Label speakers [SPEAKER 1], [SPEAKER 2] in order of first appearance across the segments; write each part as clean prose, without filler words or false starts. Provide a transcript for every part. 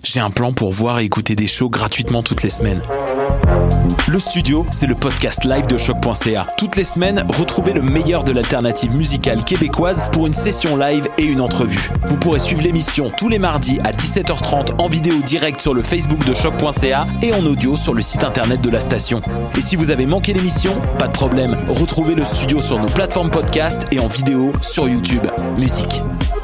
[SPEAKER 1] J'ai un plan pour voir et écouter des shows gratuitement toutes les semaines. Le Studio, c'est le podcast live de choc.ca. Toutes les semaines, retrouvez le meilleur de l'alternative musicale québécoise pour une session live et une entrevue. Vous pourrez suivre l'émission tous les mardis à 17h30 en vidéo direct sur le Facebook de choc.ca et en audio sur le site internet de la station. Et si vous avez manqué l'émission, pas de problème. Retrouvez le Studio sur nos plateformes podcast et en vidéo sur YouTube. Musique.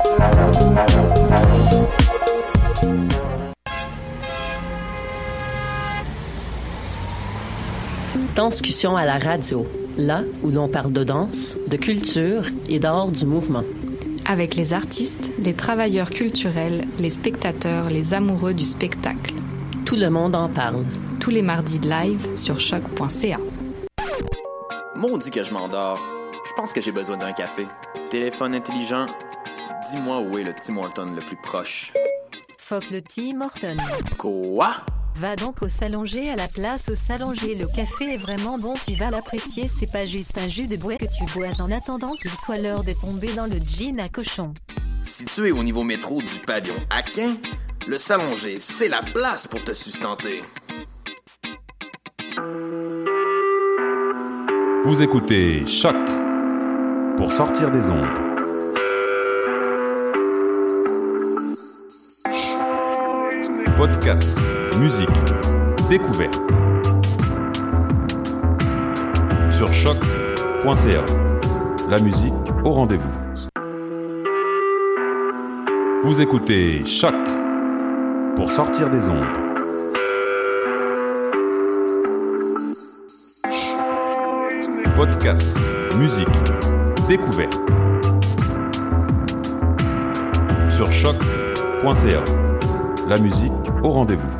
[SPEAKER 2] Danscussion à la radio, là où l'on parle de danse, de culture et d'art du mouvement.
[SPEAKER 3] Avec les artistes, les travailleurs culturels, les spectateurs, les amoureux du spectacle.
[SPEAKER 2] Tout le monde en parle.
[SPEAKER 3] Tous les mardis de live sur choc.ca.
[SPEAKER 4] Maudit que je m'endors. Je pense que j'ai besoin d'un café. Téléphone intelligent, dis-moi où est le Tim Hortons le plus proche.
[SPEAKER 5] Fuck le Tim Hortons.
[SPEAKER 4] Quoi?
[SPEAKER 5] Va donc au Salonger à la place au Salonger. Le café est vraiment bon, tu vas l'apprécier. C'est pas juste un jus de bois que tu bois en attendant qu'il soit l'heure de tomber dans le gin à cochon.
[SPEAKER 4] Situé au niveau métro du pavillon Aquin, le Salonger, c'est la place pour te sustenter.
[SPEAKER 6] Vous écoutez Choc pour sortir des ondes. Podcast, musique, découverte. Sur choc.ca. La musique au rendez-vous. Vous écoutez Choc pour sortir des ondes. Podcast, musique, découverte. Sur choc.ca. La musique au rendez-vous.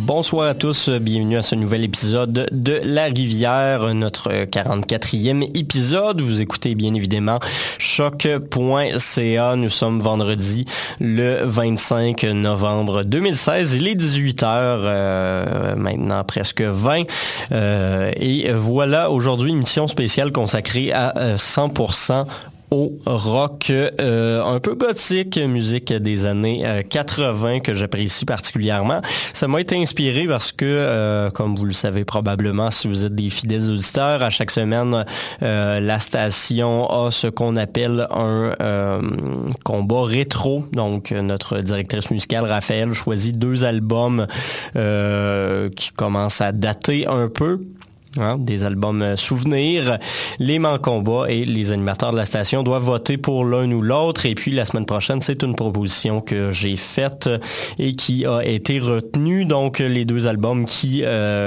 [SPEAKER 7] Bonsoir à tous, bienvenue à ce nouvel épisode de La Rivière, notre 44e épisode. Vous écoutez bien évidemment choc.ca. Nous sommes vendredi le 25 novembre 2016. Il est 18h, maintenant presque 20. Et voilà aujourd'hui une émission spéciale consacrée à 100% au rock un peu gothique, musique des années 80 que j'apprécie particulièrement. Ça m'a été inspiré parce que, comme vous le savez probablement si vous êtes des fidèles auditeurs, à chaque semaine, la station a ce qu'on appelle un combat rétro. Donc, notre directrice musicale, Raphaël, choisit 2 albums qui commencent à dater un peu. Hein, des albums souvenirs. Les Mancombat et les animateurs de la station doivent voter pour l'un ou l'autre. Et puis la semaine prochaine, c'est une proposition que j'ai faite et qui a été retenue. Donc les 2 albums qui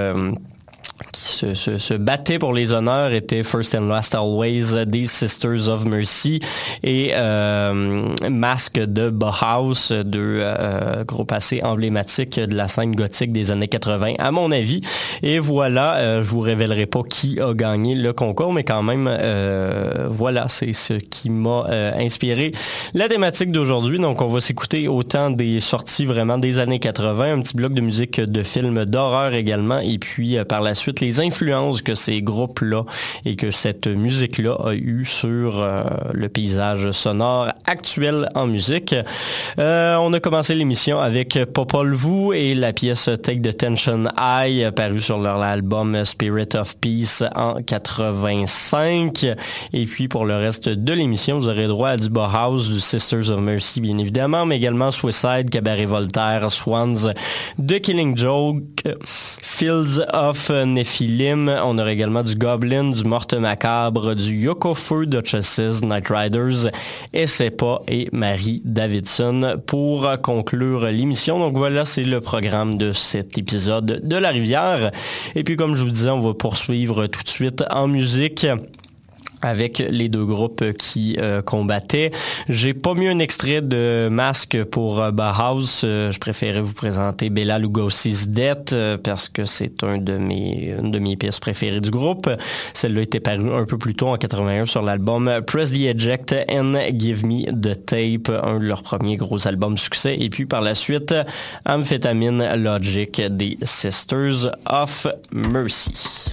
[SPEAKER 7] se battaient pour les honneurs étaient First and Last Always des Sisters of Mercy et Masque de Bauhaus, 2 groupes assez emblématiques de la scène gothique des années 80 à mon avis. Et voilà, je vous révélerai pas qui a gagné le concours, mais quand même voilà, c'est ce qui m'a inspiré la thématique d'aujourd'hui. Donc on va s'écouter autant des sorties vraiment des années 80, un petit bloc de musique de films d'horreur également, et puis par la suite les influences que ces groupes-là et que cette musique-là a eu sur le paysage sonore actuel en musique. On a commencé l'émission avec Popol Vuh et la pièce Take the Tension High, parue sur leur album Spirit of Peace en 85. Et puis pour le reste de l'émission, vous aurez droit à du Bauhaus, du Sisters of Mercy bien évidemment, mais également Suicide, Cabaret Voltaire, Swans, The Killing Joke, Fields of Nephilim. On aura également du Goblin, du Morte Macabre, du Yoko-Feu, Duchesses, Night Riders, Essepa et Marie Davidson pour conclure l'émission. Donc voilà, c'est le programme de cet épisode de La Rivière. Et puis comme je vous disais, on va poursuivre tout de suite en musique avec les 2 groupes qui combattaient. J'ai pas mis un extrait de Masque pour Bauhaus. Je préférais vous présenter Bela Lugosi's Death parce que c'est une de mes pièces préférées du groupe. Celle-là était parue un peu plus tôt en 81 sur l'album Press the Eject and Give Me the Tape, un de leurs premiers gros albums succès. Et puis par la suite, Amphetamine Logic des Sisters of Mercy.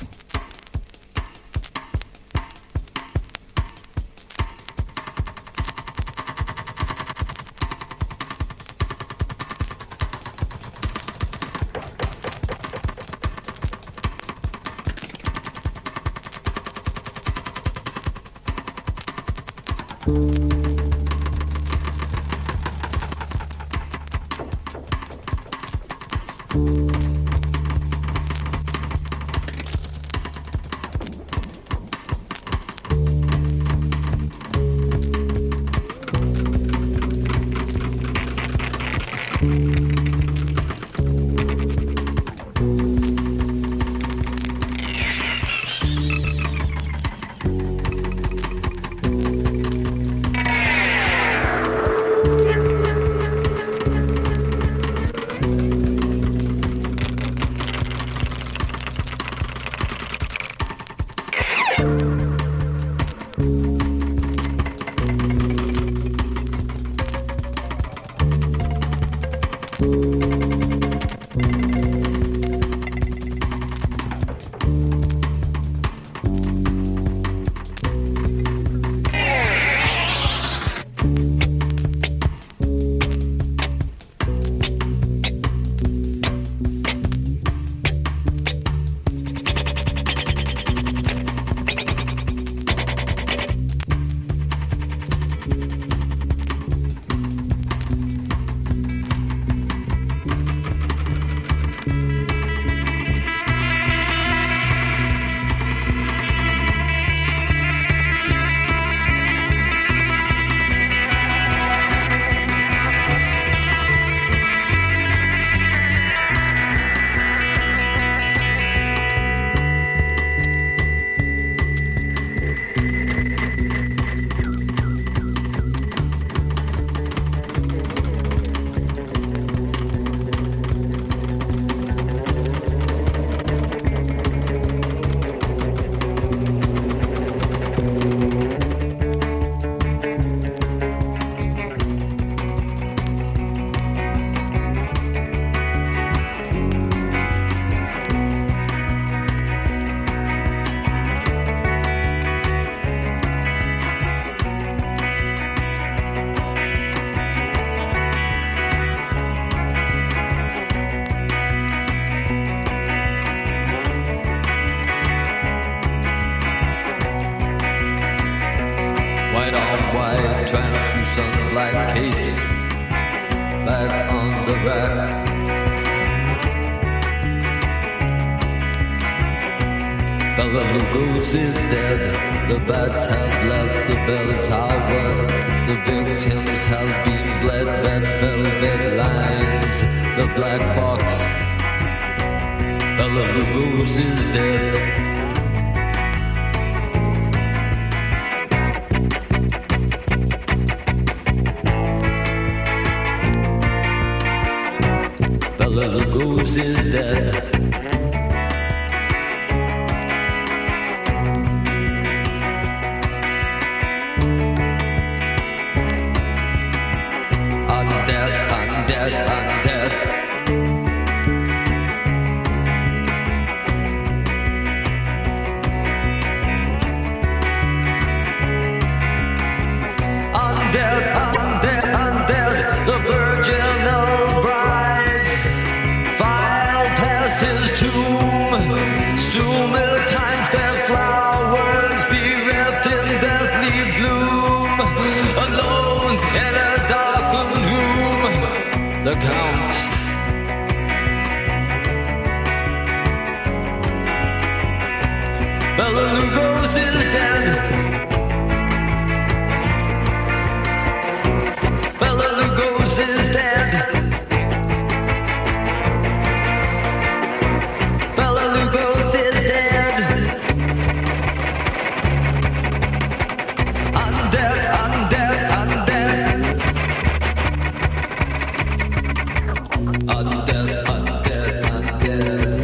[SPEAKER 8] capes back on the rack. Bela Lugos is dead. The bats have left the bell tower. The victims have been bled. Red velvet lines. The black box. Bela Lugos is dead. Bela Lugos is dead. Bela Lugos is dead. Bela Lugos is dead. Bela Lugos is dead. I'm dead, I'm dead, I'm dead. I'm dead, I'm dead, I'm dead.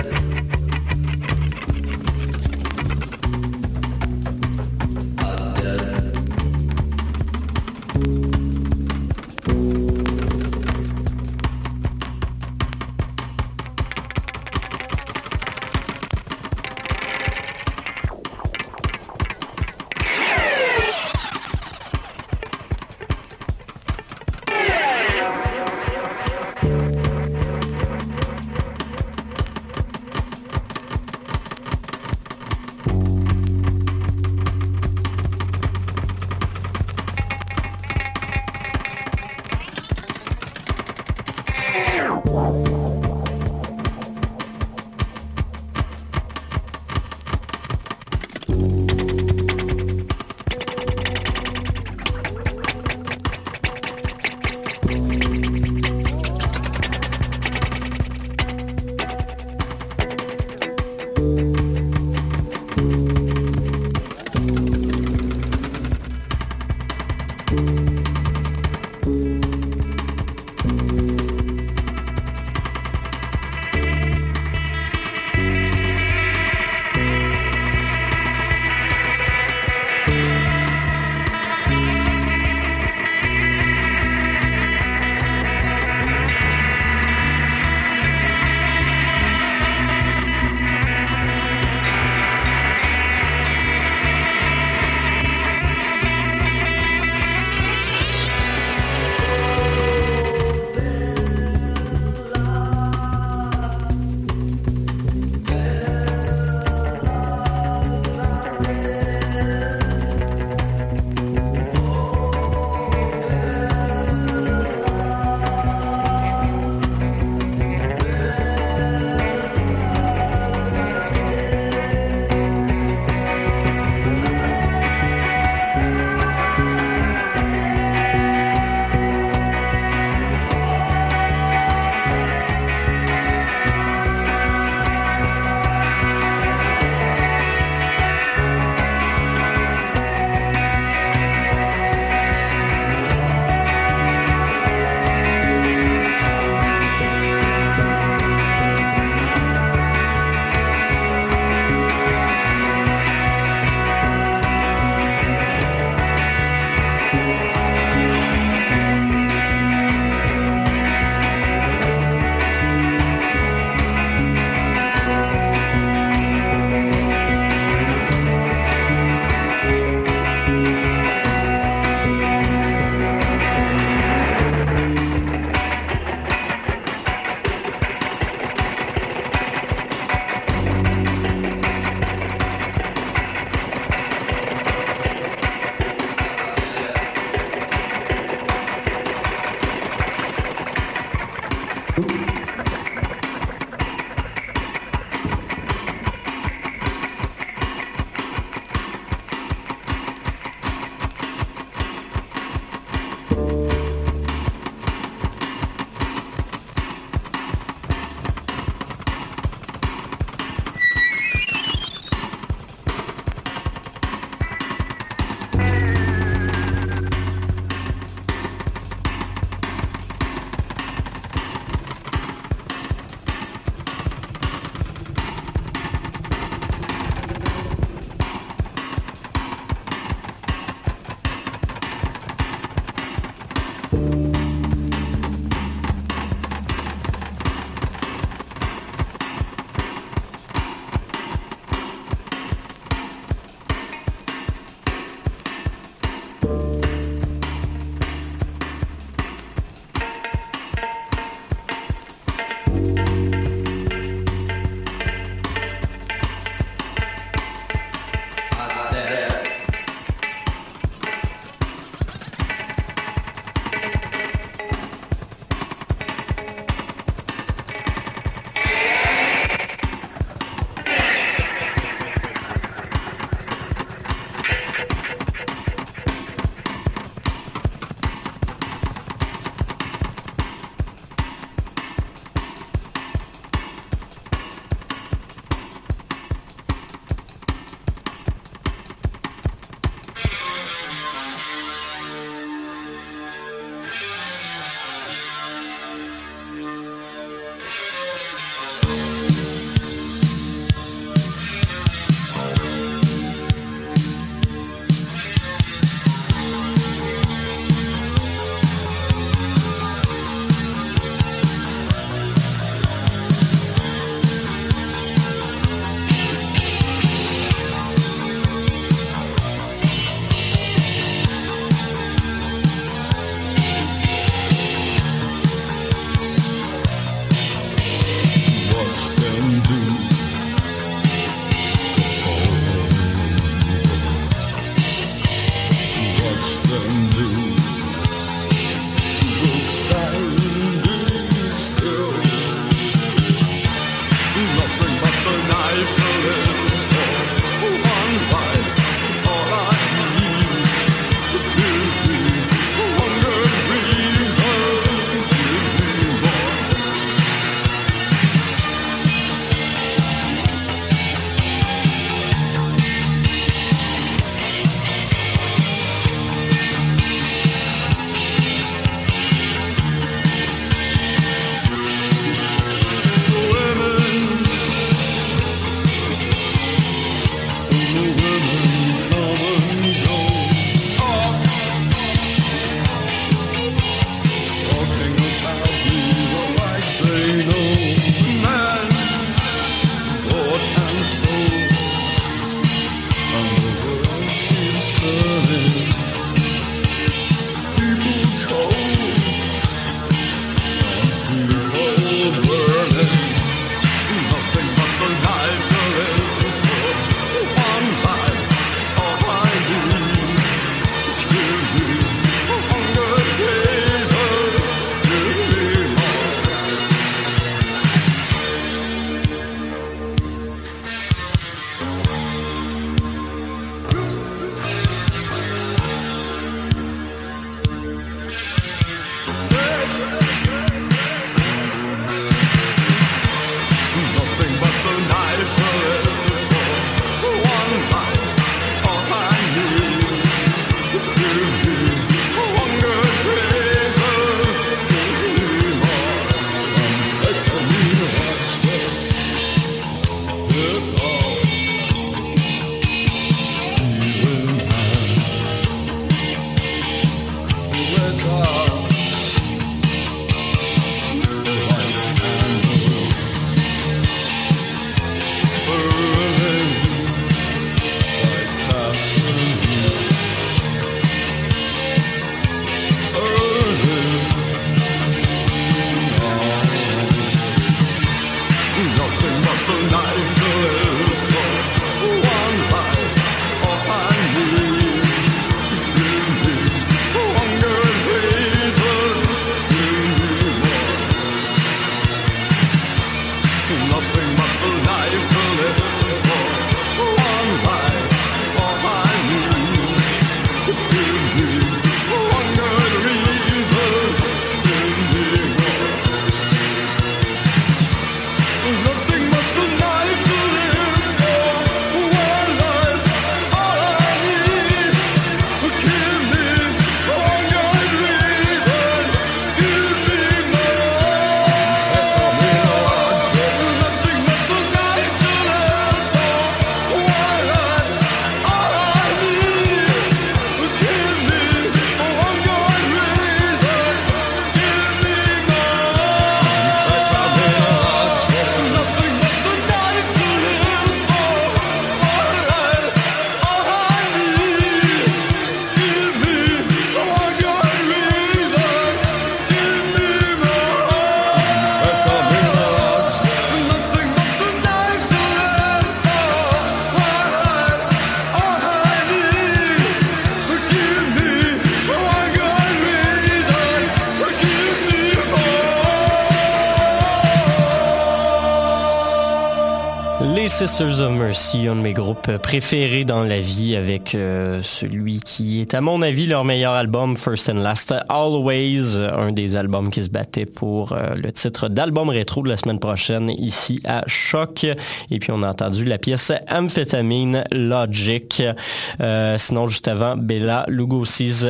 [SPEAKER 7] Les Sisters of Mercy, un de mes groupes préférés dans la vie, avec celui qui est à mon avis leur meilleur album, First and Last Always, un des albums qui se battait pour le titre d'album rétro de la semaine prochaine ici à Choc. Et puis on a entendu la pièce Amphetamine Logic. Sinon juste avant, Bela Lugosi's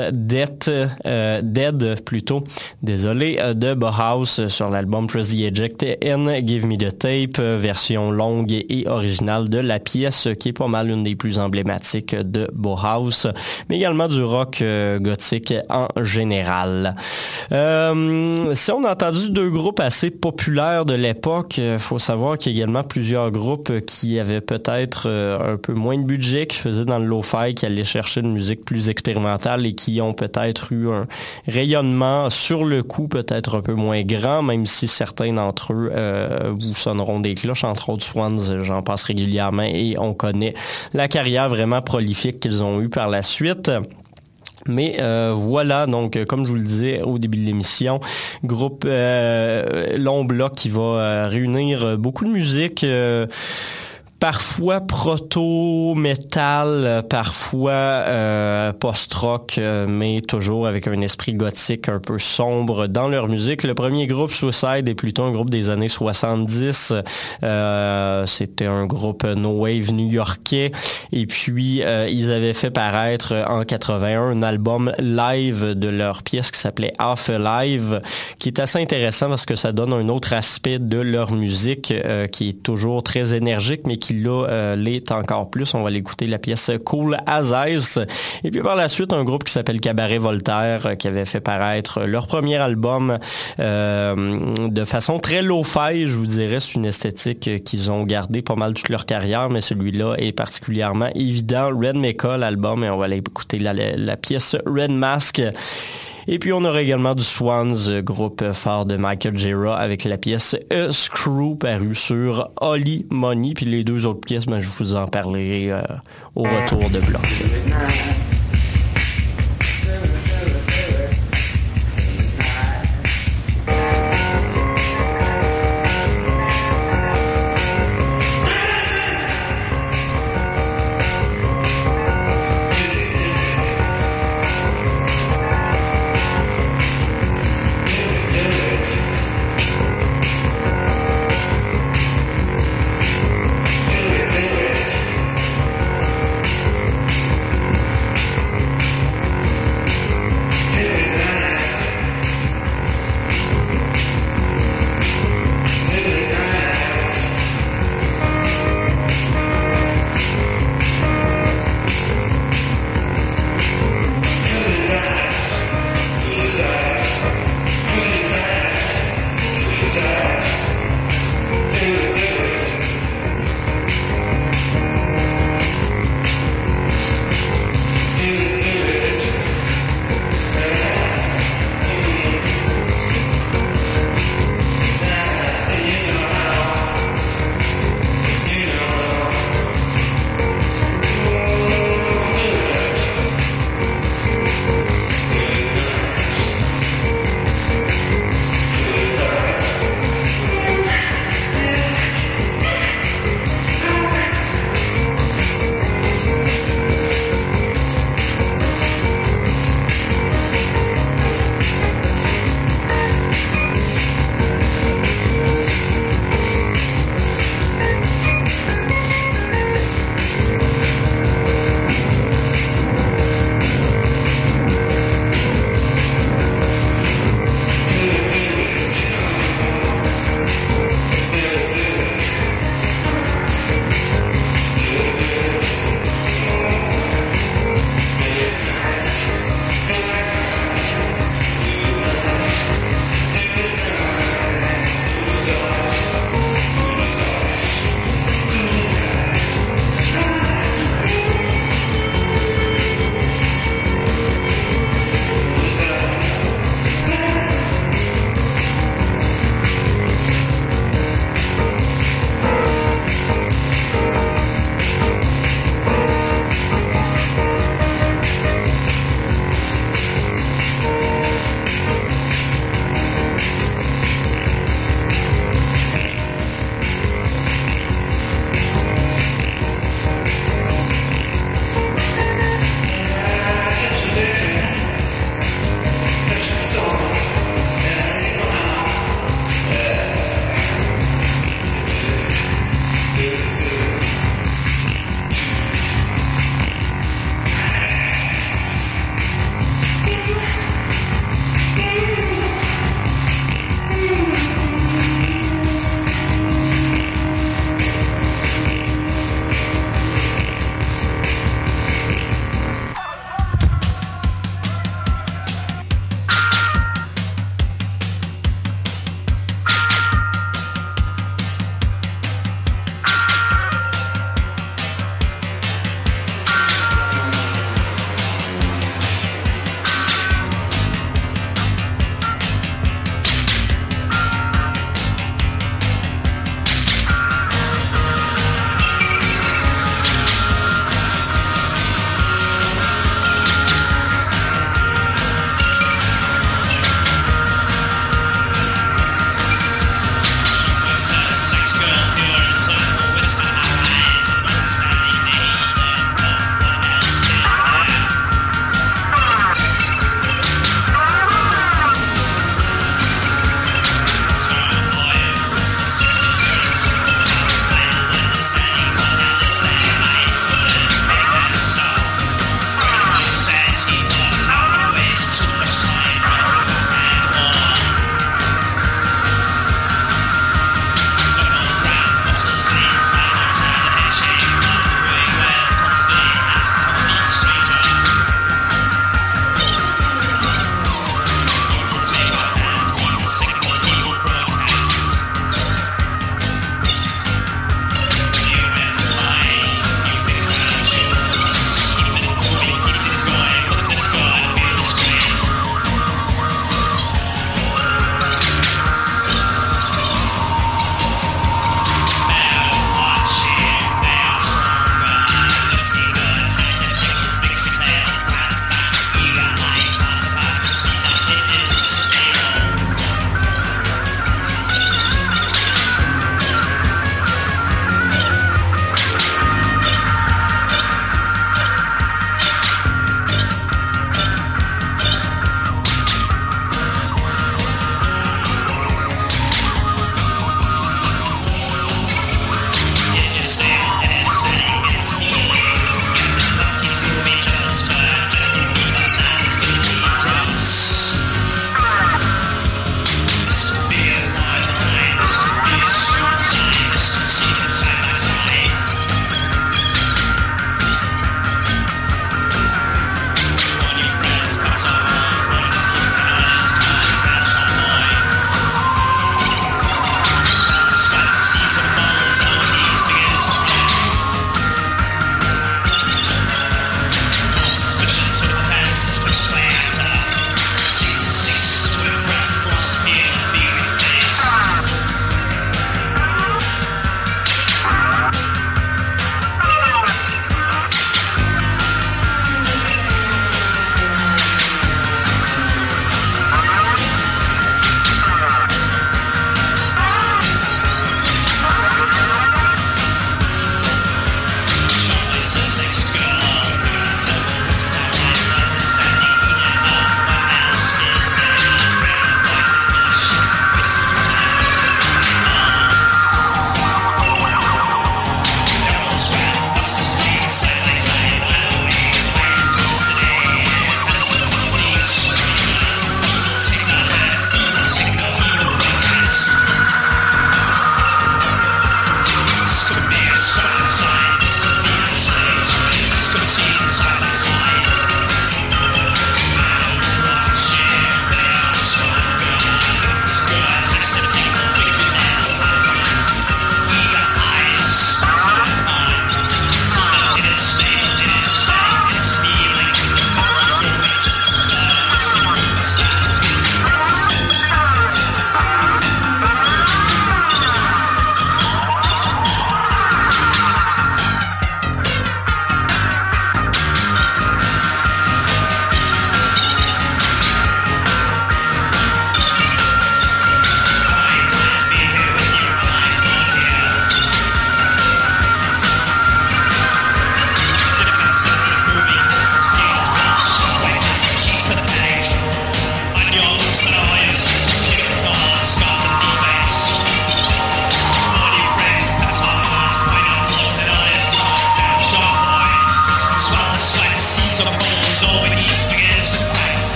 [SPEAKER 7] Dead plutôt, désolé, de Bauhaus sur l'album Press the Eject and Give Me the Tape, version longue et originale de la pièce qui est pas mal une des plus emblématiques de Bauhaus, mais également du rock gothique en général. Si on a entendu deux groupes assez populaires de l'époque, faut savoir qu'il y a également plusieurs groupes qui avaient peut-être un peu moins de budget, qui faisaient dans le lo-fi, qui allaient chercher une musique plus expérimentale et qui ont peut-être eu un rayonnement sur le coup peut-être un peu moins grand, même si certains d'entre eux vous sonneront des cloches, entre autres Swans, j'en passe régulièrement et on connaît la carrière vraiment prolifique qu'ils ont eue par la suite. Mais voilà, donc comme je vous le disais au début de l'émission, groupe long bloc qui va réunir beaucoup de musique, parfois proto-metal, parfois post-rock, mais toujours avec un esprit gothique un peu sombre dans leur musique. Le premier groupe, Suicide, est plutôt un groupe des années 70. C'était un groupe no wave new-yorkais. Et puis, ils avaient fait paraître en 81 un album live de leur pièce qui s'appelait Half Alive, qui est assez intéressant parce que ça donne un autre aspect de leur musique qui est toujours très énergique, mais qui là l'est encore plus. On va l'écouter, la pièce Cool as Ice. Et puis par la suite, un groupe qui s'appelle Cabaret Voltaire qui avait fait paraître leur premier album de façon très lo-fi, je vous dirais. C'est une esthétique qu'ils ont gardée pas mal toute leur carrière, mais celui-là est particulièrement évident. Red Mecha, l'album, et on va aller écouter la pièce Red Mask. Et puis on aura également du Swans, groupe phare de Michael Gira, avec la pièce A Screw parue sur Holly Money. Puis les deux autres pièces, je vous en parlerai au retour de bloc.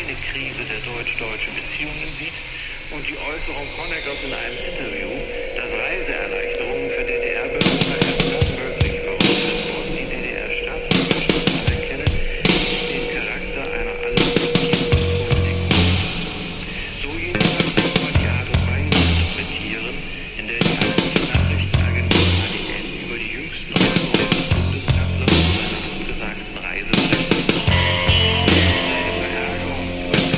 [SPEAKER 9] keine Krise der deutsch-deutschen Beziehungen sieht und die Äußerung Honeckers in einem Interview, dass Reiseerleichterungen für DDR-Bürger erst dann möglich verordnet wurden, die DDR-Staatsbürgerschaft anerkennen, den Charakter einer allumfassenden Politik. So jedenfalls muss man die Art und Weise interpretieren, in der die amtliche Nachrichtenagentur ADN über die jüngsten Äußerungen des Bundeskanzlers zu seiner abgesagten Reise berichtet. Seine Verärgerung über das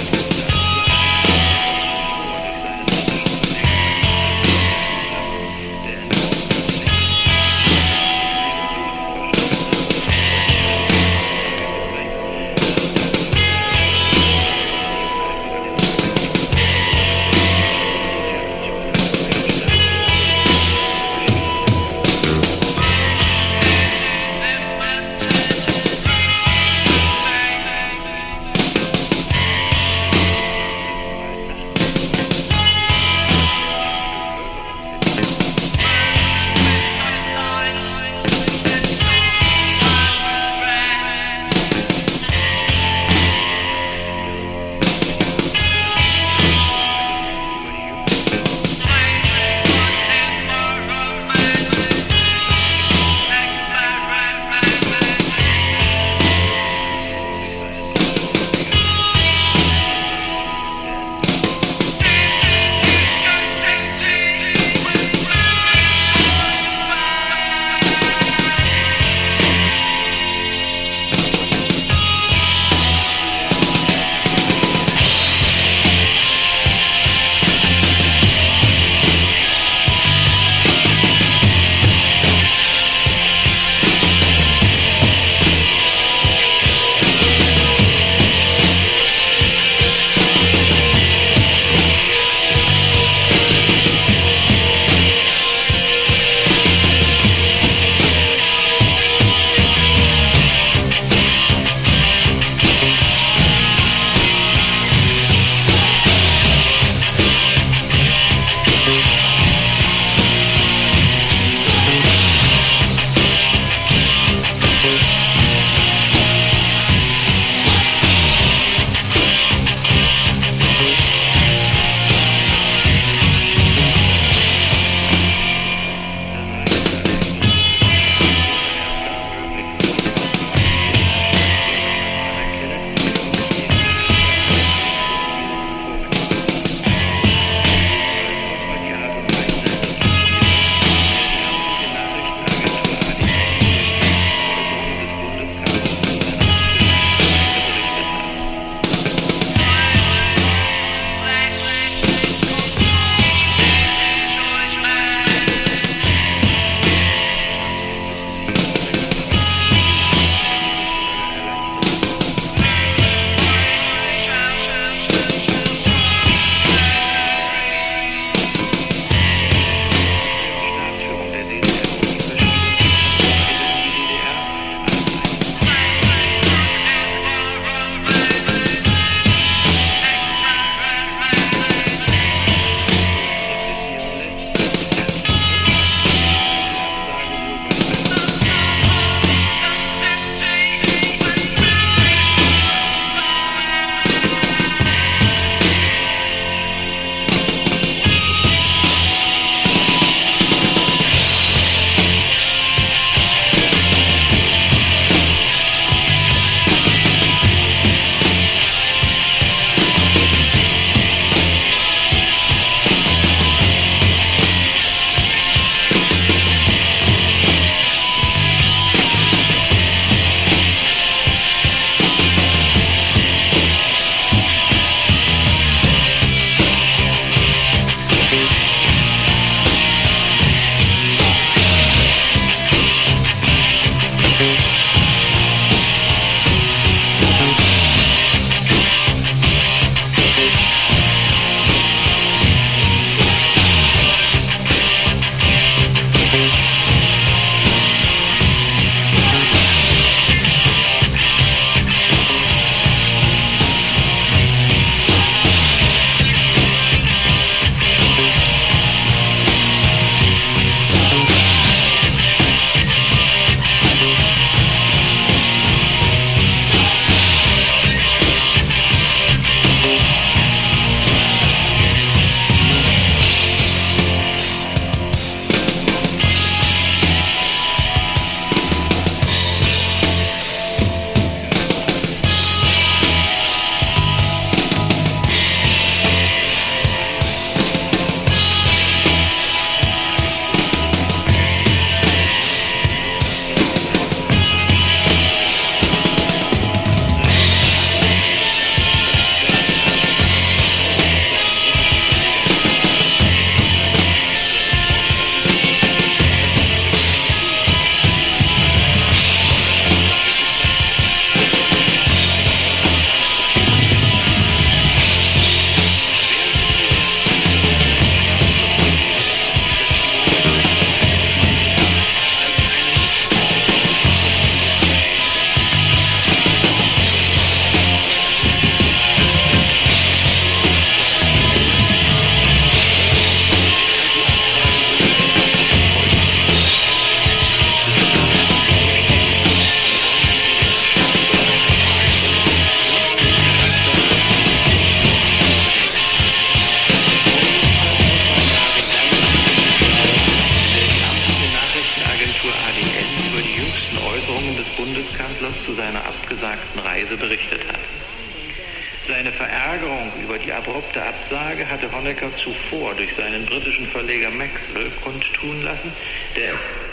[SPEAKER 9] Äußerungen des Bundeskanzlers zu seiner abgesagten Reise berichtet hat. Seine Verärgerung über die abrupte Absage hatte Honecker zuvor durch seinen britischen Verleger Maxwell kundtun lassen, der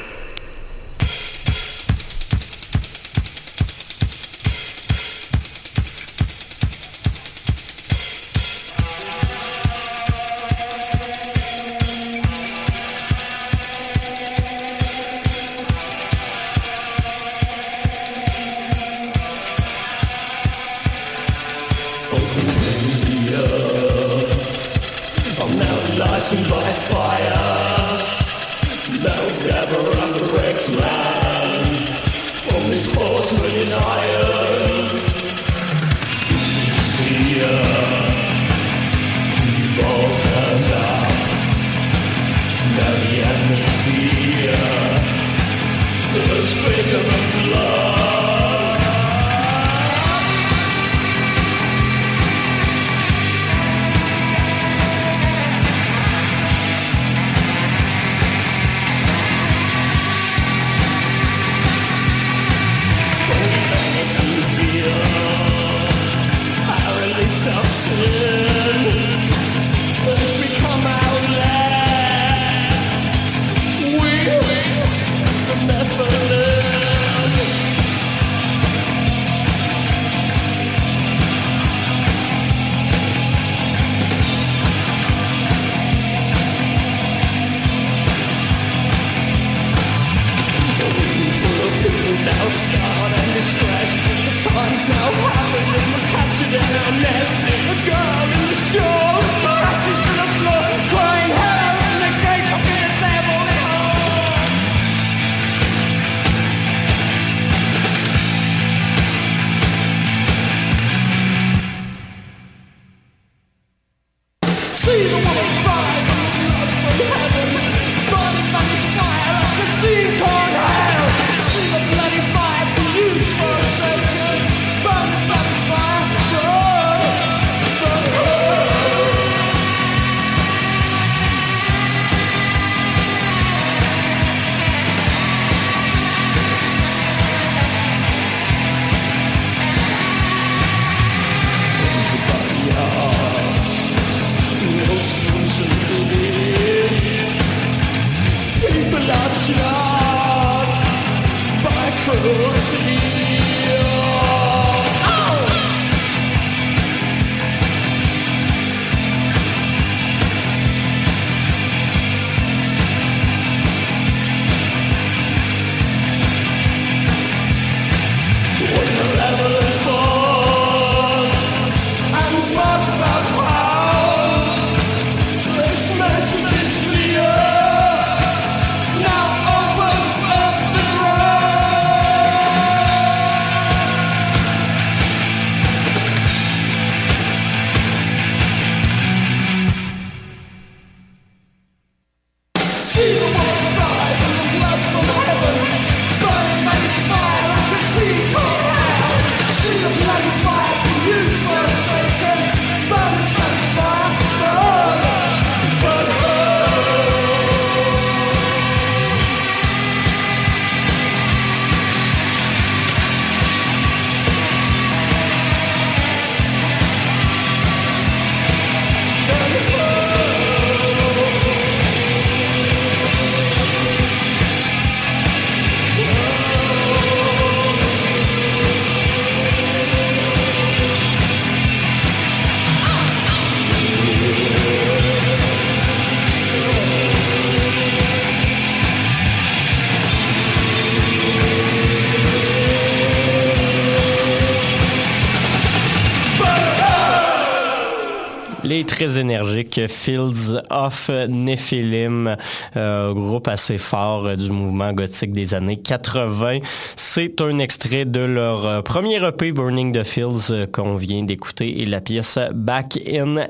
[SPEAKER 7] Les très énergiques Fields of Nephilim, groupe assez fort du mouvement gothique des années 80. C'est un extrait de leur premier EP Burning the Fields qu'on vient d'écouter et la pièce Back in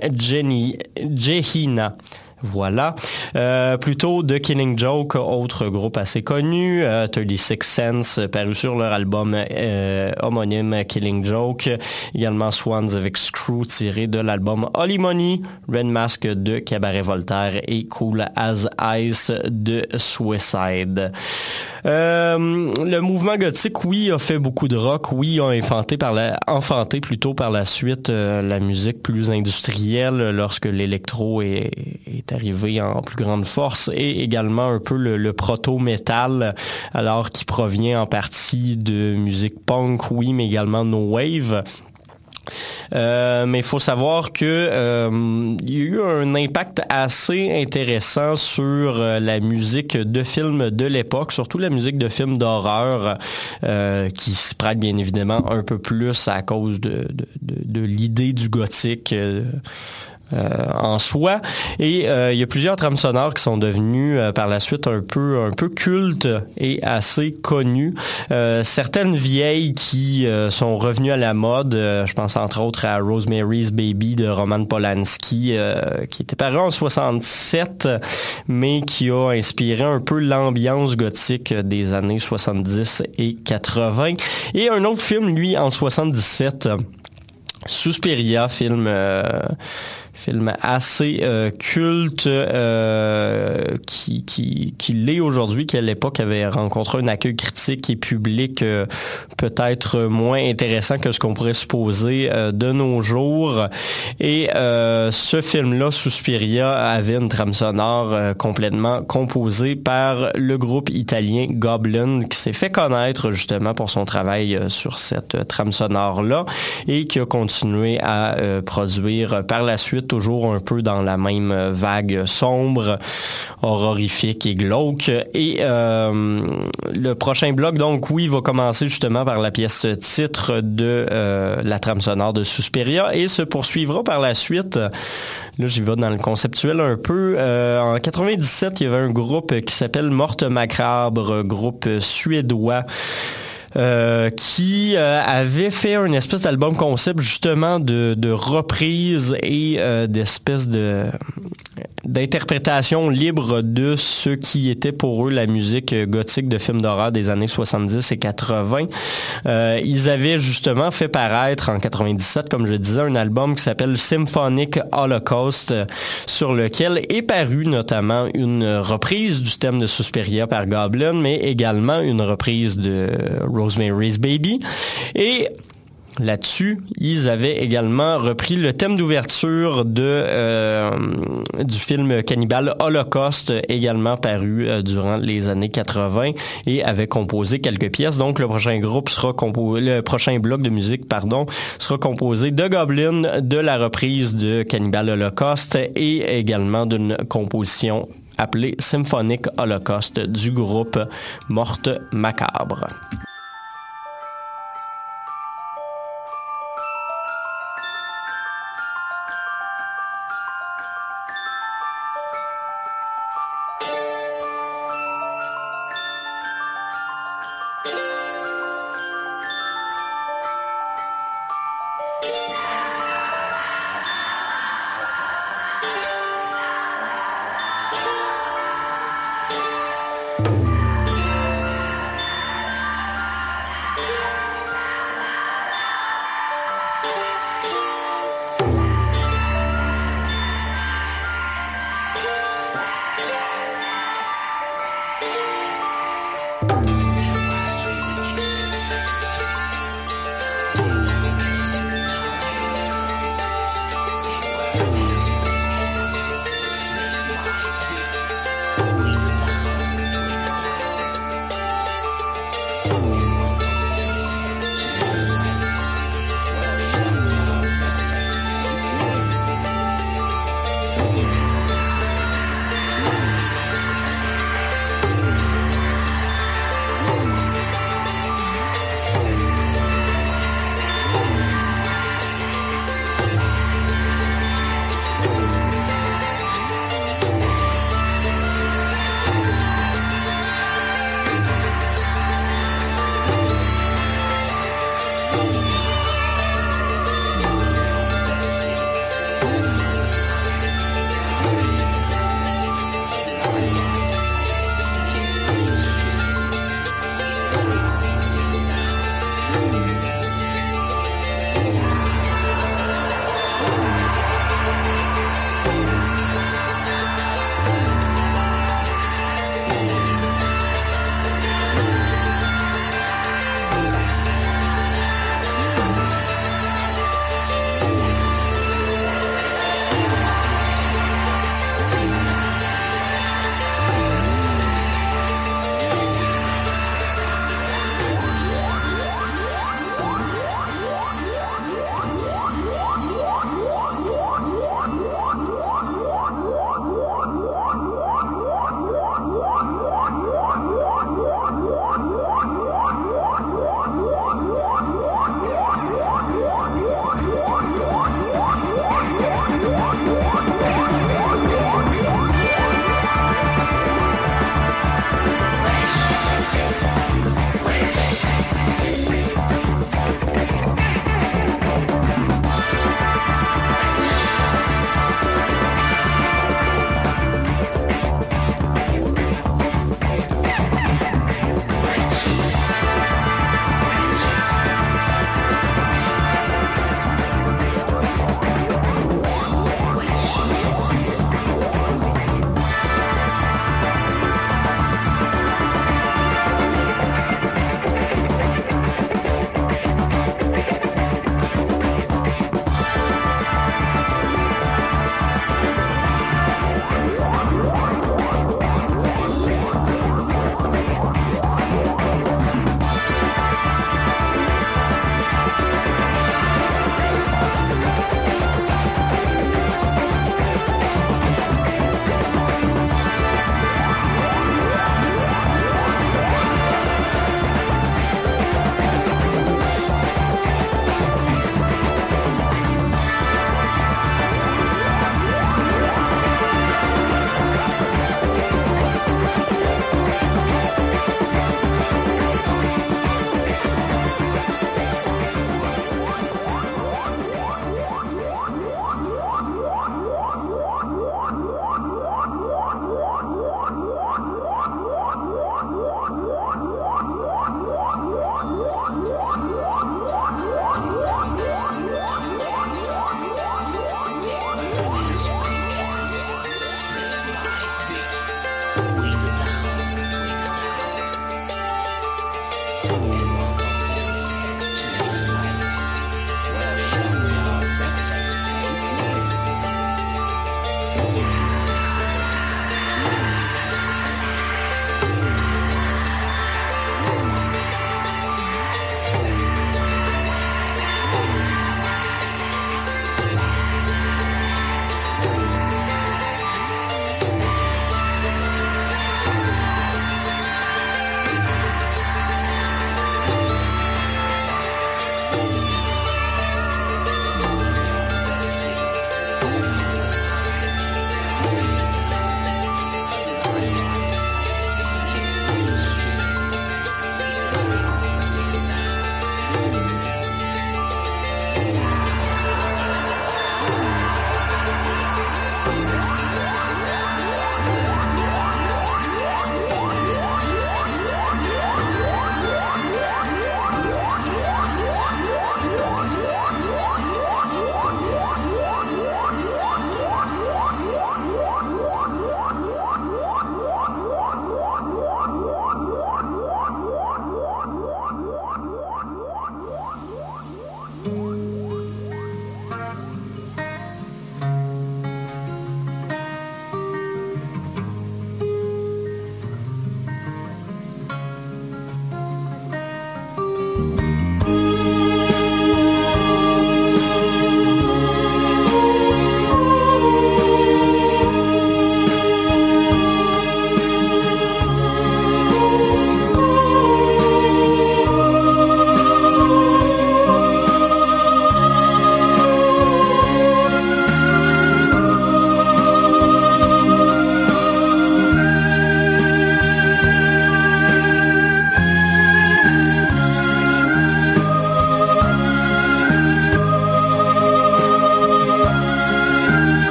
[SPEAKER 7] Gehenna. Voilà. Plutôt The Killing Joke, autre groupe assez connu, 36 Cents, paru sur leur album homonyme Killing Joke. Également Swans avec Screw, tiré de l'album Holy Money, Red Mask de Cabaret Voltaire et Cool as Ice de Suicide. Le mouvement gothique, oui, a fait beaucoup de rock, oui, a enfanté plutôt par la suite la musique plus industrielle lorsque l'électro est arrivé en plus grande force, et également un peu le proto-metal, alors qui provient en partie de musique punk, oui, mais également no wave. Mais il faut savoir que il y a eu un impact assez intéressant sur la musique de films de l'époque, surtout la musique de films d'horreur, qui se prête bien évidemment un peu plus à cause de l'idée du gothique. En soi, et il y a plusieurs trames sonores qui sont devenues par la suite un peu cultes et assez connues. Certaines vieilles qui sont revenues à la mode, je pense entre autres à Rosemary's Baby de Roman Polanski, qui était paru en 67, mais qui a inspiré un peu l'ambiance gothique des années 70 et 80. Et un autre film, lui, en 77, Suspiria, film assez culte qui l'est aujourd'hui, qui à l'époque avait rencontré un accueil critique et public peut-être moins intéressant que ce qu'on pourrait supposer de nos jours. Et ce film-là, Suspiria, avait une trame sonore complètement composée par le groupe italien Goblin, qui s'est fait connaître justement pour son travail sur cette trame sonore-là et qui a continué à produire par la suite, toujours un peu dans la même vague sombre, horrifique et glauque. Et le prochain bloc, donc oui, va commencer justement par la pièce titre de la trame sonore de Suspiria et se poursuivra par la suite. Là, j'y vais dans le conceptuel un peu. En 97, il y avait un groupe qui s'appelle Morte Macabre, groupe suédois, qui avait fait une espèce d'album concept justement de reprise et d'espèce d'interprétation libre de ce qui était pour eux la musique gothique de films d'horreur des années 70 et 80. Ils avaient justement fait paraître en 97, comme je disais, un album qui s'appelle Symphonic Holocaust, sur lequel est paru notamment une reprise du thème de Suspiria par Goblin, mais également une reprise de Rosemary's Baby. Et là-dessus, ils avaient également repris le thème d'ouverture du film Cannibal Holocaust, également paru durant les années 80, et avaient composé quelques pièces. Donc, le prochain bloc de musique, sera composé de Goblin, de la reprise de Cannibal Holocaust et également d'une composition appelée Symphonic Holocaust du groupe Morte Macabre.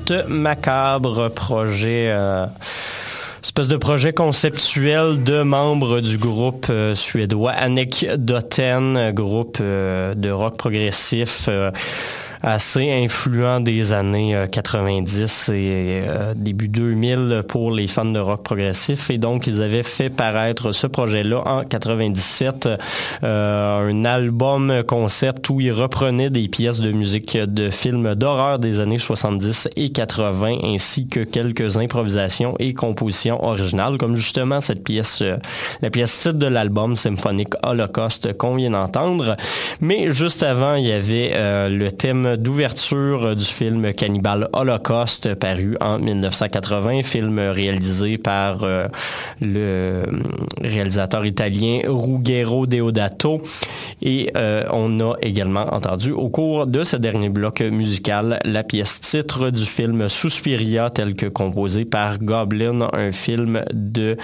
[SPEAKER 7] Macabre, projet... espèce de projet conceptuel de membres du groupe suédois Anekdoten, groupe de rock progressif assez influent des années 90 et début 2000 pour les fans de rock progressif. Et donc, ils avaient fait paraître ce projet-là en 97, un album concept où ils reprenaient des pièces de musique de films d'horreur des années 70 et 80, ainsi que quelques improvisations et compositions originales, comme justement cette pièce, la pièce titre de l'album, Symphonic Holocaust, qu'on vient d'entendre. Mais juste avant, il y avait le thème d'ouverture du film Cannibal Holocaust, paru en 1980, film réalisé par le réalisateur italien Ruggero Deodato. Et on a également entendu au cours de ce dernier bloc musical la pièce titre du film Suspiria, tel que composé par Goblin, un film de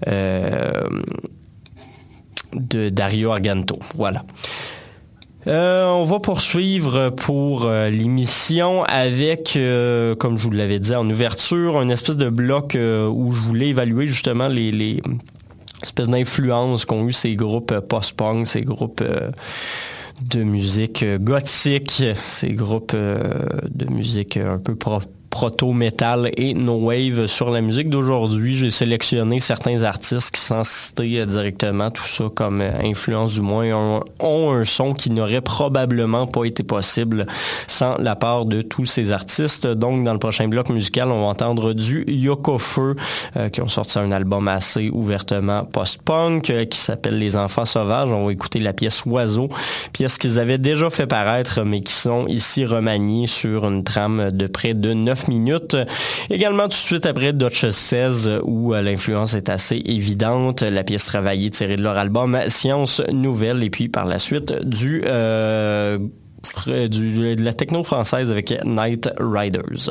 [SPEAKER 7] Dario Argento. Voilà. On va poursuivre pour l'émission avec, comme je vous l'avais dit en ouverture, une espèce de bloc où je voulais évaluer justement les espèces d'influences qu'ont eu ces groupes post-punk, ces groupes de musique gothique, ces groupes de musique un peu proto-metal et no-wave sur la musique d'aujourd'hui. J'ai sélectionné certains artistes qui, sans citer directement tout ça comme influence du moins, ont un son qui n'aurait probablement pas été possible sans la part de tous ces artistes. Donc, dans le prochain bloc musical, on va entendre du Yokofeu, qui ont sorti un album assez ouvertement post-punk, qui s'appelle Les Enfants Sauvages. On va écouter la pièce Oiseau, pièce qu'ils avaient déjà fait paraître, mais qui sont ici remaniées sur une trame de près de 9 minutes. Également, tout de suite après, Duchess 16, où l'influence est assez évidente. La pièce travaillée tirée de leur album Science Nouvelle. Et puis, par la suite, de la techno française avec Night Riders.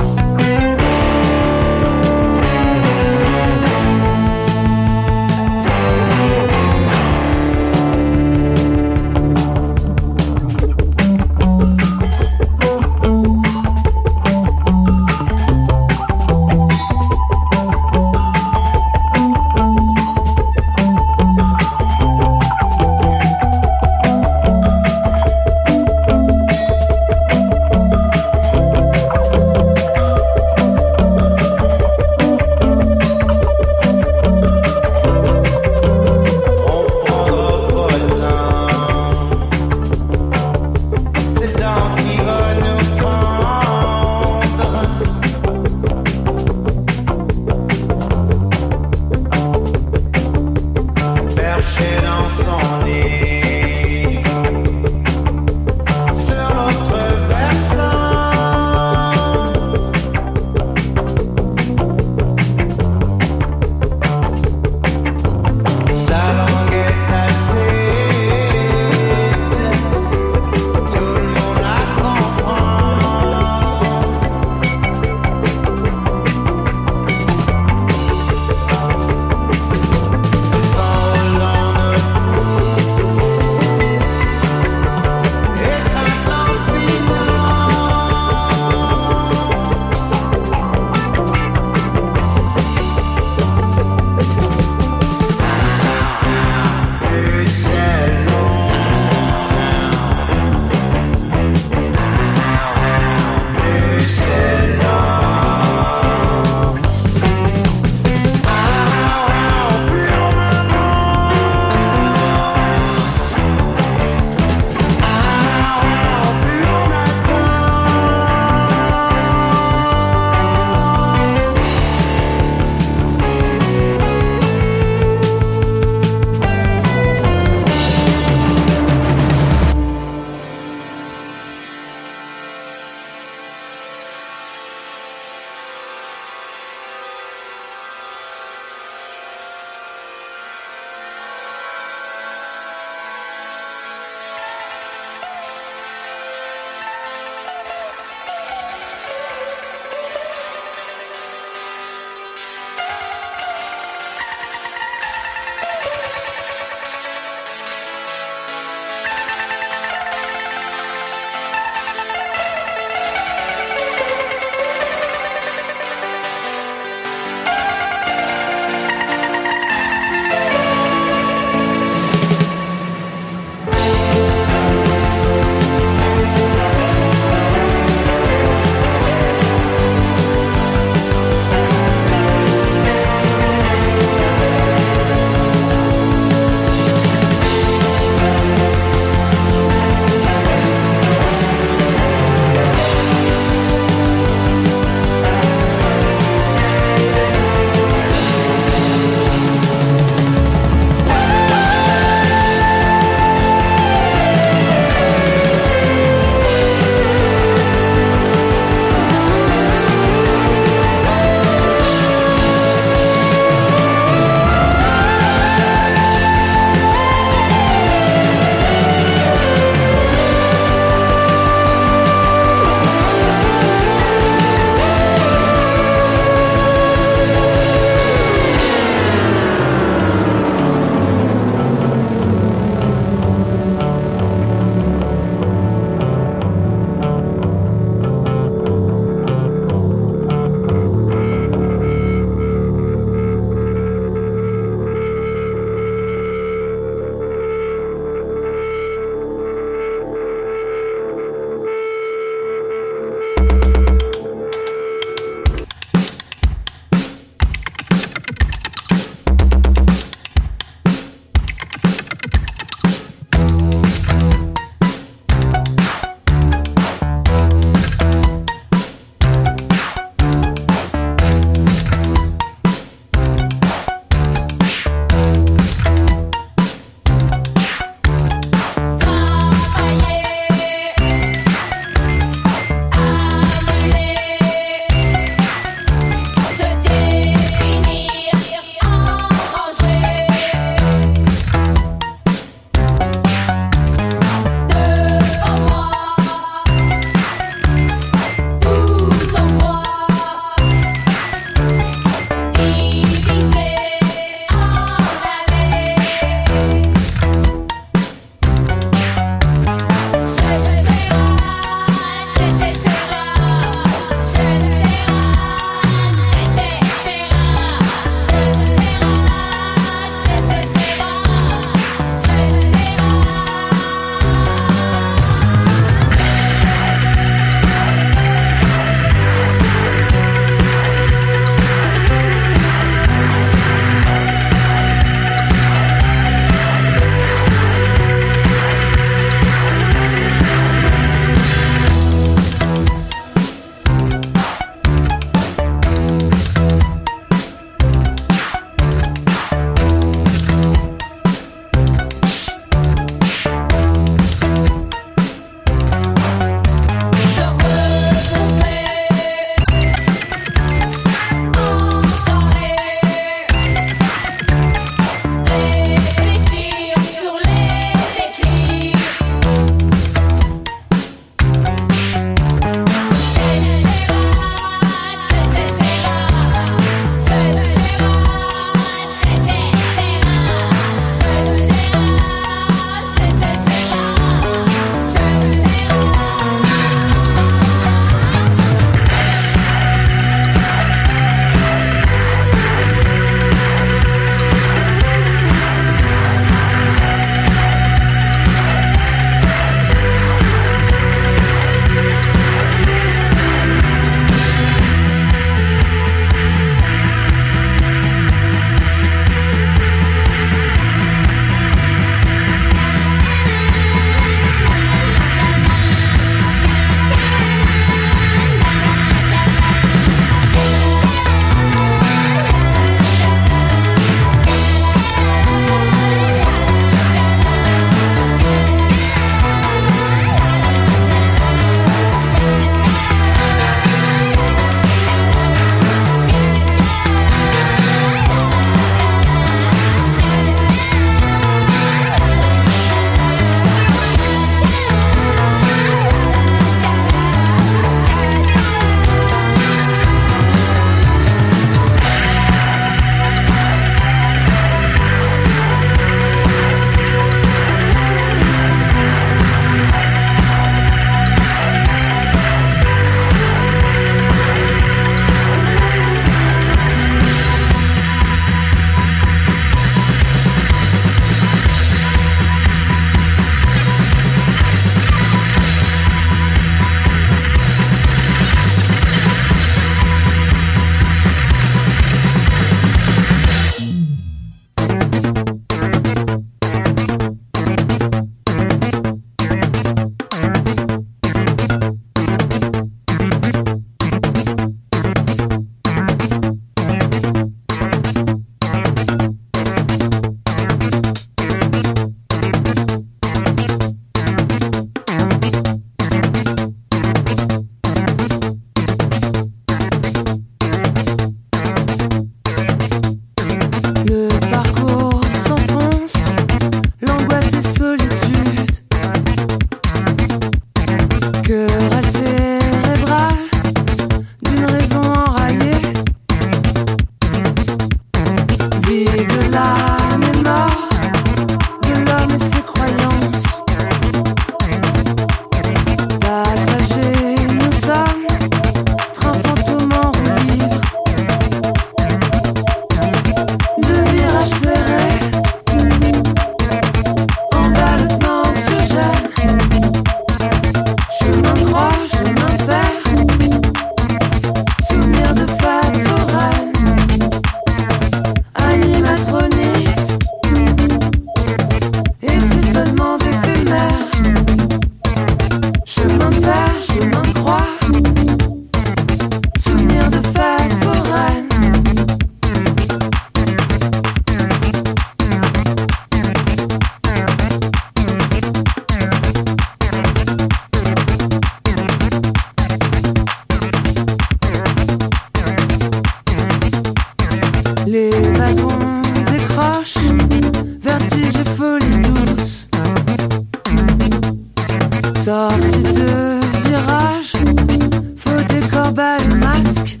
[SPEAKER 10] le masque.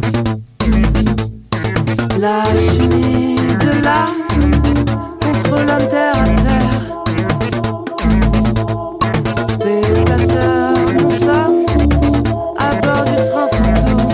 [SPEAKER 10] La chimie de l'âme contre l'homme terre à terre. Spectateur, nous sommes à bord du train fantôme.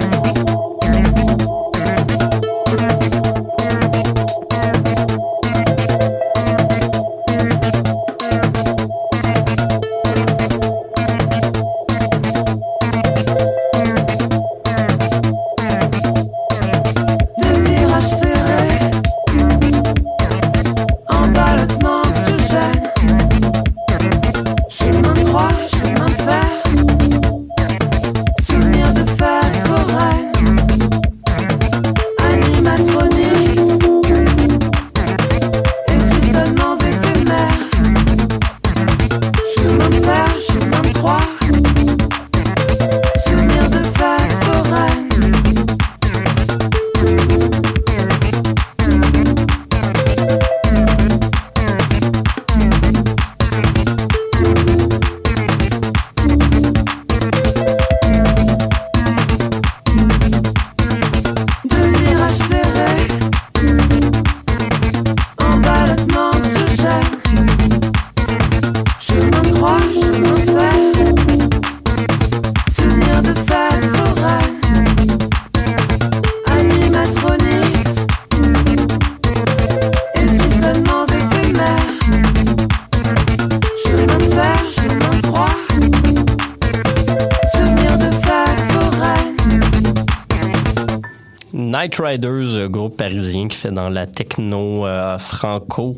[SPEAKER 7] Night Riders, groupe parisien qui fait dans la techno franco.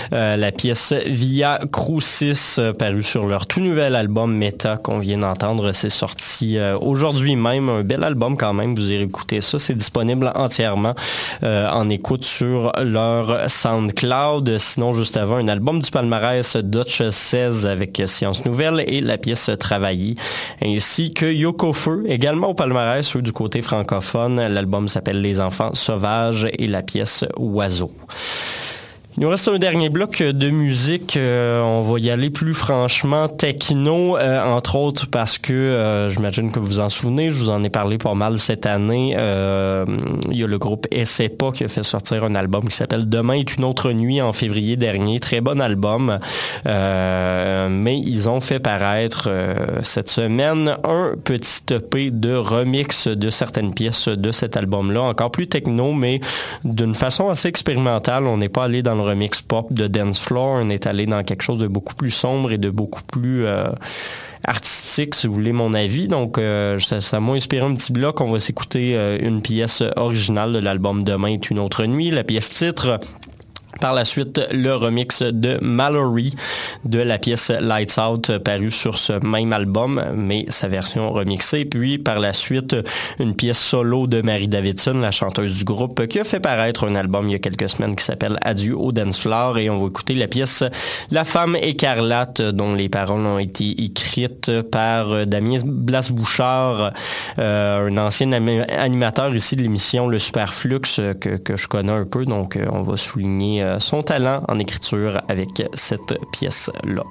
[SPEAKER 7] La pièce Via Crucis, parue sur leur tout nouvel album Meta qu'on vient d'entendre. C'est sorti aujourd'hui même. Un bel album quand même, vous irez écouter ça. C'est disponible entièrement en écoute sur leur SoundCloud. Sinon, juste avant, un album du palmarès Dutch 16 avec Science Nouvelle et la pièce Travailler, ainsi que Yoko Feu, également au palmarès, eux du côté francophone. L'album s'appelle Les Enfants Sauvages et la pièce Oiseau. Il nous reste un dernier bloc de musique. On va y aller plus franchement techno, entre autres parce que, j'imagine que vous en souvenez, je vous en ai parlé pas mal cette année. Il y a le groupe SEPA qui a fait sortir un album qui s'appelle Demain est une autre nuit en février dernier. Très bon album. Mais ils ont fait paraître cette semaine un petit EP de remix de certaines pièces de cet album-là. Encore plus techno, mais d'une façon assez expérimentale. On n'est pas allé dans le remix pop de Dance Floor, on est allé dans quelque chose de beaucoup plus sombre et de beaucoup plus artistique, si vous voulez mon avis. Donc, ça m'a inspiré un petit bloc. On va s'écouter une pièce originale de l'album Demain est une autre nuit, la pièce titre. Par la suite, le remix de Mallory de la pièce Lights Out parue sur ce même album, mais sa version remixée. Puis par la suite, une pièce solo de Marie Davidson, la chanteuse du groupe, qui a fait paraître un album il y a quelques semaines qui s'appelle Adieu au Dance Floor. Et on va écouter la pièce La Femme Écarlate, dont les paroles ont été écrites par Damien Blas-Bouchard, un ancien animateur ici de l'émission Le Superflux que je connais un peu. Donc on va souligner son talent en écriture avec cette pièce-là.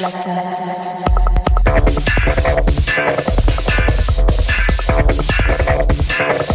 [SPEAKER 10] flatter.